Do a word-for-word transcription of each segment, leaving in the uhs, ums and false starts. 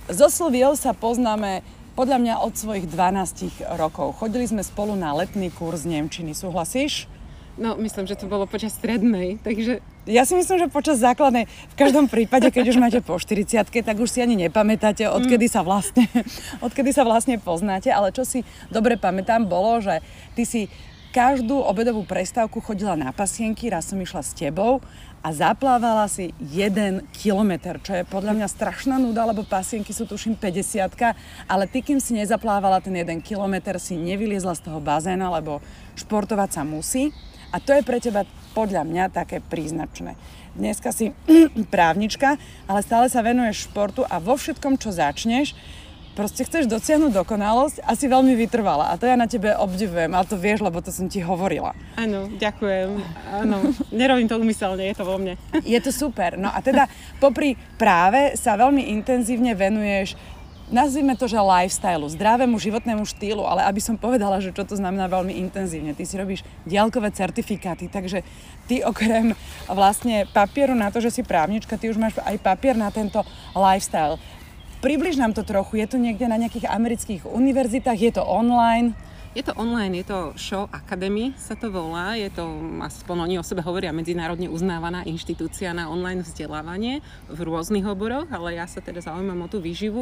So Silviou sa poznáme podľa mňa od svojich dvanástich rokov. Chodili sme spolu na letný kurz nemčiny, súhlasíš? No, myslím, že to bolo počas strednej, takže... Ja si myslím, že počas základnej, v každom prípade, keď už máte po štyridsiatke, tak už si ani nepamätáte, odkedy sa vlastne, odkedy sa vlastne poznáte, ale čo si dobre pamätám, bolo, že ty si každú obedovú prestávku chodila na pasienky, raz som išla s tebou a zaplávala si jeden kilometr, čo je podľa mňa strašná nuda, lebo pasienky sú tuším päťdesiatka, ale ty, kým si nezaplávala ten jeden kilometr, si nevyliezla z toho bazéna, lebo športovať sa musí. A to je pre teba podľa mňa také príznačné. Dneska si právnička, ale stále sa venuješ športu a vo všetkom, čo začneš, proste chceš dosiahnuť dokonalosť a si veľmi vytrvala. A to ja na tebe obdivujem, ale to vieš, lebo to som ti hovorila. Áno, ďakujem. Áno, nerobím to úmyselne, je to vo mne. Je to super. No a teda popri práve sa veľmi intenzívne venuješ, nazvime to, že lifestyle, zdravému životnému štýlu, ale aby som povedala, že čo to znamená veľmi intenzívne. Ty si robíš diaľkové certifikáty, takže ty okrem vlastne papieru na to, že si právnička, ty už máš aj papier na tento lifestyle. Približ nám to trochu, je to niekde na nejakých amerických univerzitách, je to online? Je to online, je to Shaw Academy, sa to volá, je to, aspoň oni o sebe hovoria, medzinárodne uznávaná inštitúcia na online vzdelávanie v rôznych oboroch, ale ja sa teda zaujímam o tú výživu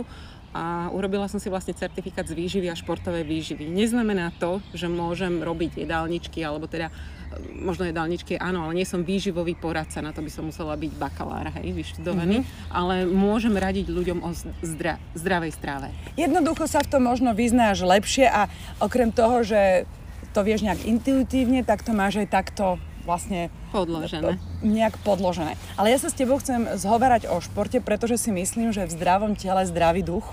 a urobila som si vlastne certifikát z výživy a športovej výživy. Neznamená to, že môžem robiť jedálničky, alebo teda možno jedálničky, áno, ale nie som výživový poradca, na to by som musela byť bakalár, hej, vyštudovaný, mm-hmm. ale môžem radiť ľuďom o zdra- zdravej stráve. Jednoducho sa v tom možno vyznáš lepšie a okrem toho, že to vieš nejak intuitívne, tak to máš aj takto vlastne podložené. Nejak podložené. Ale ja sa s tebou chcem zhovárať o športe, pretože si myslím, že v zdravom tele zdravý duch.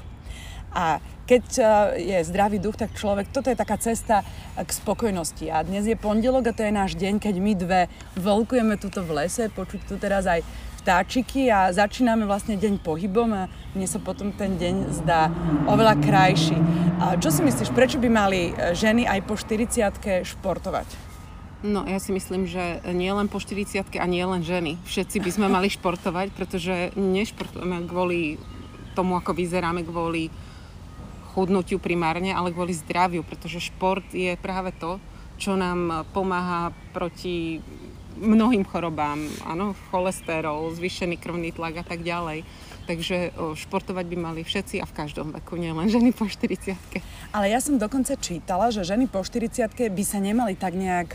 A keď je zdravý duch, tak človek, toto je taká cesta k spokojnosti. A dnes je pondelok a to je náš deň, keď my dve vlkujeme tuto v lese, počuť tu teraz aj vtáčiky a začíname vlastne deň pohybom a mne sa potom ten deň zdá oveľa krajší. A čo si myslíš, prečo by mali ženy aj po štyridsiatke športovať? No, ja si myslím, že nie len po štyridsiatke a nie len ženy. Všetci by sme mali športovať, pretože nešportujeme kvôli tomu, ako vyzeráme, kvôli chudnutiu primárne, ale kvôli zdraviu, pretože šport je práve to, čo nám pomáha proti mnohým chorobám, áno, cholesterol, zvýšený krvný tlak a tak ďalej. Takže o, športovať by mali všetci a v každom veku, nielen ženy po štyridsiatke. Ale ja som dokonca čítala, že ženy po štyridsiatke by sa nemali tak nejak,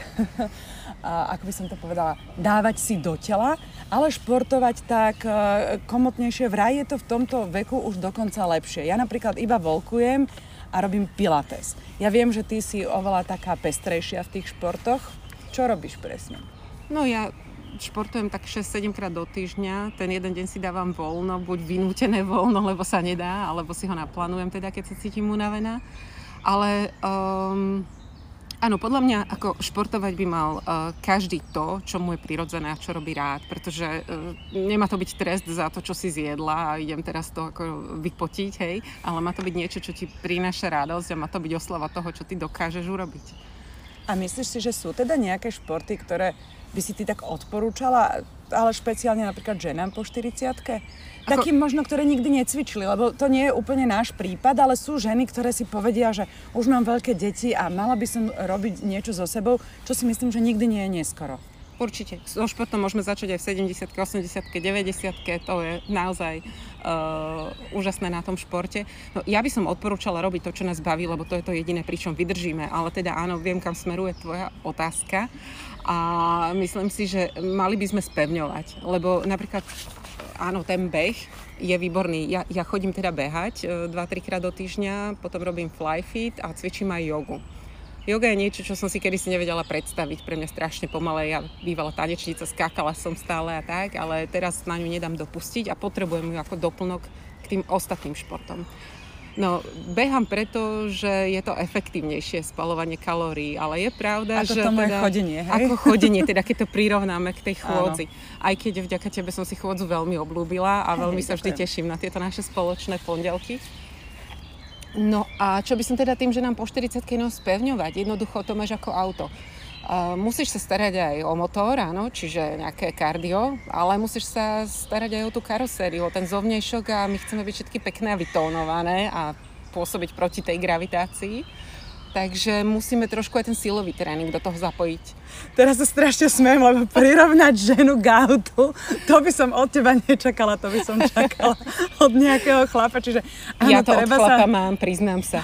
ako by som to povedala, dávať si do tela, ale športovať tak komotnejšie. Vraj je to v tomto veku už dokonca lepšie. Ja napríklad iba volkujem a robím pilates. Ja viem, že ty si oveľa taká pestrejšia v tých športoch. Čo robíš presne? No ja športujem tak šesť sedem krát do týždňa. Ten jeden deň si dávam voľno, buď vynútené voľno, lebo sa nedá, alebo si ho naplánujem teda, keď sa cítim unavená. Ale um, áno, podľa mňa ako športovať by mal uh, každý to, čo mu je prirodzené a čo robí rád, pretože uh, nemá to byť trest za to, čo si zjedla a idem teraz to ako vypotiť, hej, ale má to byť niečo, čo ti prináša radosť a má to byť oslava toho, čo ty dokážeš urobiť. A myslíš si, že sú teda nejaké športy, ktoré by si ty tak odporúčala, ale špeciálne napríklad ženám po štyridsiatke? Ako... Takým možno, ktoré nikdy necvičili, lebo to nie je úplne náš prípad, ale sú ženy, ktoré si povedia, že už mám veľké deti a mala by som robiť niečo so sebou, čo si myslím, že nikdy nie je neskoro. Určite. So športom môžeme začať aj v sedemdesiatke, osemdesiatke, deväťdesiatke. To je naozaj uh, úžasné na tom športe. No, ja by som odporúčala robiť to, čo nás baví, lebo to je to jediné, pričom vydržíme. Ale teda áno, viem, kam smeruje tvoja otázka. A myslím si, že mali by sme spevňovať. Lebo napríklad, áno, ten beh je výborný. Ja, ja chodím teda behať dva tri krát do týždňa, potom robím flyfit a cvičím aj jogu. Joga je niečo, čo som si kedysi nevedela predstaviť. Pre mňa strašne pomalé. Ja bývala tanečnica, skákala som stále a tak, ale teraz na ňu nedám dopustiť a potrebujem ju ako doplnok k tým ostatným športom. No, behám preto, že je to efektívnejšie spaľovanie kalórií, ale je pravda, ako že... Ako to moje teda, chodenie, hej? Ako chodenie, teda keď to prirovnáme k tej chôdzi. Áno. Aj keď vďaka tebe som si chôdzu veľmi obľúbila a veľmi hej, sa vždy teším na tieto naše spoločné pondelky. No a čo by som teda tým, že nám po štyridsiatke no spevňovať? Jednoducho to máš ako auto. Uh, musíš sa starať aj o motor, áno, čiže nejaké kardio, ale musíš sa starať aj o tú karosériu, o ten zovňajšok a my chceme byť všetky pekné a vytónované a pôsobiť proti tej gravitácii. Takže musíme trošku aj ten silový tréning do toho zapojiť. Teraz sa strašne smejem, lebo prirovnať ženu k autu, to by som od teba nečakala, to by som čakala od nejakého chlapa. Čiže, áno, ja to od chlapa sa... mám, priznám sa.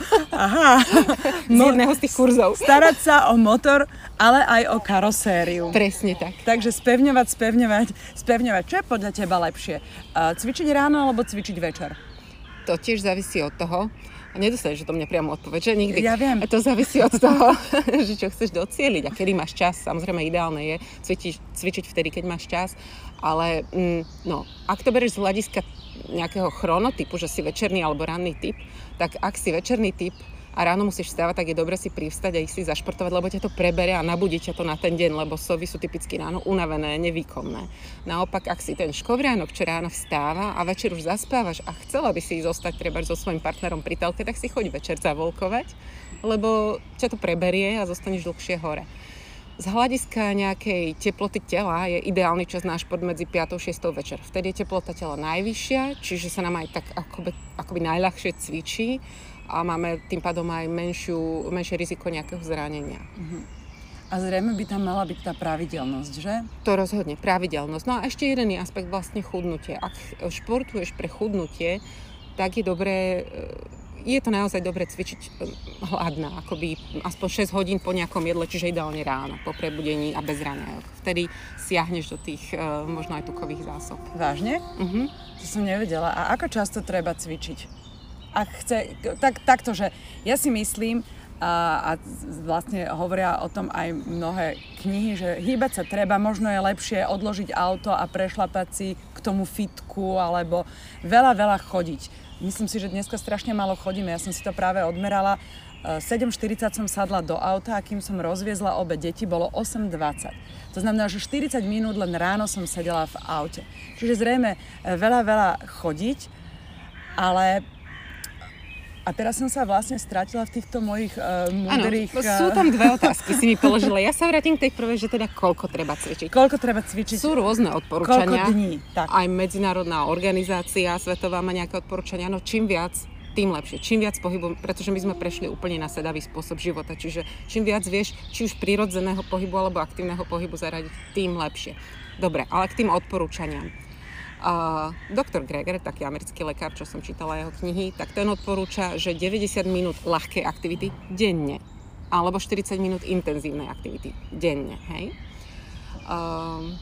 Aha. Z jedného z tých kurzov. Starať sa o motor, ale aj o karosériu. Presne tak. Takže spevňovať, spevňovať, spevňovať. Čo je podľa teba lepšie? Cvičiť ráno alebo cvičiť večer? To tiež závisí od toho. A nedostaneš do mňa priamo odpoveď, že nikdy. Ja viem. A to závisí od toho, že čo chceš docieliť a kedy máš čas. Samozrejme ideálne je cvičiť, cvičiť vtedy, keď máš čas. Ale mm, no, ak to bereš z hľadiska nejakého chronotypu, že si večerný alebo ranný typ, tak ak si večerný typ a ráno musíš vstávať, tak je dobre si privstať a ísť si zašportovať, lebo ťa to preberie a nabudí ťa to na ten deň, lebo sovy sú typicky ráno unavené, nevýkonné. Naopak, ak si ten škovránok, čo ráno vstáva a večer už zaspávaš a chcela by si zostať treba so svojím partnerom pri telke, tak si choď večer zavolkovať, lebo ťa to preberie a zostaneš dlhšie hore. Z hľadiska nejakej teploty tela je ideálny čas na šport medzi piatou a šiestou večer. Vtedy je teplota tela najvyššia, čiže sa nám aj tak akoby, akoby najľahšie cvičí a máme tým pádom aj menšiu, menšie riziko nejakého zranenia. Uh-huh. A zrejme by tam mala byť tá pravidelnosť, že? To rozhodne, pravidelnosť. No a ešte jeden aspekt vlastne chudnutie. Ak športuješ pre chudnutie, tak je dobré, je to naozaj dobré cvičiť hladná, akoby aspoň šesť hodín po nejakom jedle, čiže ideálne ráno, po prebudení a bez raňajok. Vtedy siahneš do tých možno aj tukových zásob. Vážne? Uh-huh. To som nevedela. A ako často treba cvičiť? Ak chce, tak, takto, že ja si myslím, a, a vlastne hovoria o tom aj mnohé knihy, že hýbať sa treba, možno je lepšie odložiť auto a prešlapať si k tomu fitku, alebo veľa, veľa chodiť. Myslím si, že dneska strašne málo chodíme, ja som si to práve odmerala. sedem štyridsať som sadla do auta a kým som rozviezla obe deti, bolo osem dvadsať. To znamená, že štyridsať minút len ráno som sedela v aute. Čiže zrejme veľa, veľa chodiť, ale... A teraz som sa vlastne stratila v týchto mojich uh, múdrych... Áno, sú tam dve otázky, si mi položila. Ja sa vrátim k tej prvej, že teda koľko treba cvičiť. Koľko treba cvičiť? Sú rôzne odporúčania. Koľko dní? Tak. Aj medzinárodná organizácia svetová má nejaké odporúčania. No čím viac, tým lepšie. Čím viac pohybu, pretože my sme prešli úplne na sedavý spôsob života. Čiže čím viac vieš, či už prirodzeného pohybu alebo aktívneho pohybu zaradiť, tým lepšie. Dobre, ale k tým odporúčaniam. Uh, doktor Greger, taký americký lekár, čo som čítala jeho knihy, tak ten odporúča, že deväťdesiat minút ľahkej aktivity denne, alebo štyridsať minút intenzívnej aktivity denne, hej. Uh,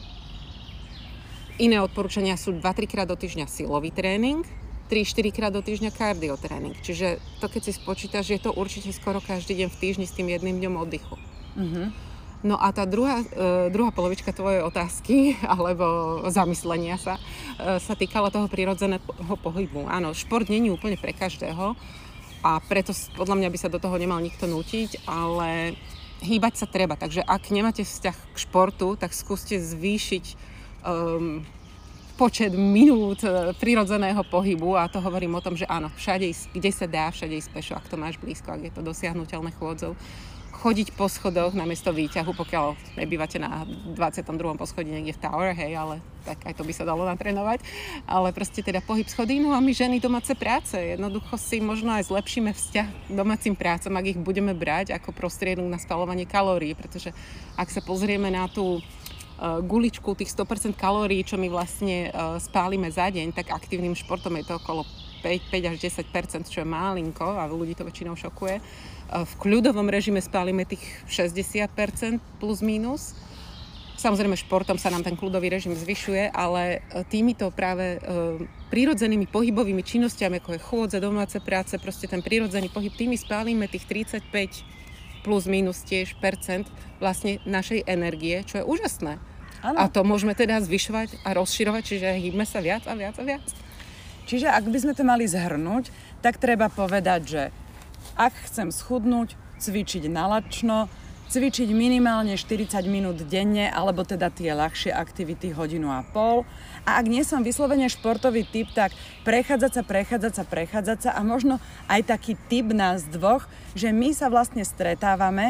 iné odporúčania sú dva tri krát do týždňa silový tréning, tri štyri krát do týždňa kardiotréning. Čiže to, keď si spočítaš, je to určite skoro každý deň v týždni s tým jedným dňom oddychu. Uh-huh. No a tá druhá, e, druhá polovička tvojej otázky, alebo zamyslenia sa, e, sa týkala toho prirodzeného pohybu. Áno, šport nie je úplne pre každého a preto podľa mňa by sa do toho nemal nikto nútiť, ale hýbať sa treba. Takže ak nemáte vzťah k športu, tak skúste zvýšiť um, počet minút prirodzeného pohybu a to hovorím o tom, že áno, všade ísť, kde sa dá, všade ísť pešo, ak to máš blízko, ak je to dosiahnuteľné chôdzou. Chodiť po schodoch namiesto výťahu, pokiaľ nebývate na dvadsiatom druhom poschodí niekde v tower, hej, ale tak aj to by sa dalo natrénovať. Ale proste teda pohyb schodí, no a my ženy domáce práce. Jednoducho si možno aj zlepšíme vzťah k domácim prácom, ak ich budeme brať ako prostriedok na spaľovanie kalórií, pretože ak sa pozrieme na tú uh, guličku tých sto percent kalórií, čo my vlastne uh, spálime za deň, tak aktívnym športom je to okolo päť až desať percent, čo je málinko a ľudí to väčšinou šokuje. V kľudovom režime spálime tých šesťdesiat percent plus mínus. Samozrejme športom sa nám ten kľudový režim zvyšuje, ale týmito práve e, prírodzenými pohybovými činnosťami, ako je chôdza, domáce práce, proste ten prírodzený pohyb, tými spálime tých tridsaťpäť plus mínus tiež percent vlastne našej energie, čo je úžasné. Ano. A to môžeme teda zvyšovať a rozširovať, čiže hýbme sa viac a viac a viac. Čiže ak by sme to mali zhrnúť, tak treba povedať, že ak chcem schudnúť, cvičiť nalačno, cvičiť minimálne štyridsať minút denne, alebo teda tie ľahšie aktivity hodinu a pol. A ak nie som vyslovene športový typ, tak prechádzať sa, prechádzať sa, prechádzať sa a možno aj taký typ nás dvoch, že my sa vlastne stretávame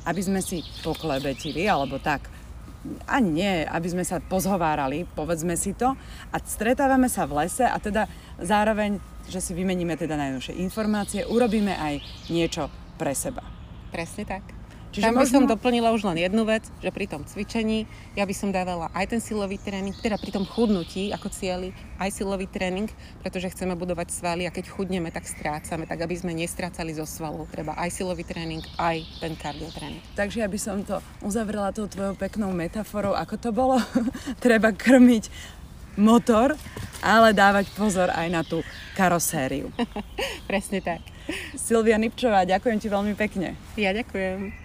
aby sme si poklebetili, alebo tak, ani nie, aby sme sa pozhovárali, povedzme si to, a stretávame sa v lese a teda zároveň, že si vymeníme teda najnovšie informácie, urobíme aj niečo pre seba. Presne tak. Čiže Tam by možno... som doplnila už len jednu vec, že pri tom cvičení ja by som dávala aj ten silový tréning, teda pri tom chudnutí ako cieli, aj silový tréning, pretože chceme budovať svaly a keď chudneme, tak strácame, tak aby sme nestrácali zo svalov. Treba aj silový tréning, aj ten kardiotréning. Takže ja by som to uzavrela tou tvojou peknou metaforou, ako to bolo. Treba krmiť motor, ale dávať pozor aj na tú karosériu. Presne tak. Silvia Nipčová, ďakujem ti veľmi pekne. Ja ďakujem.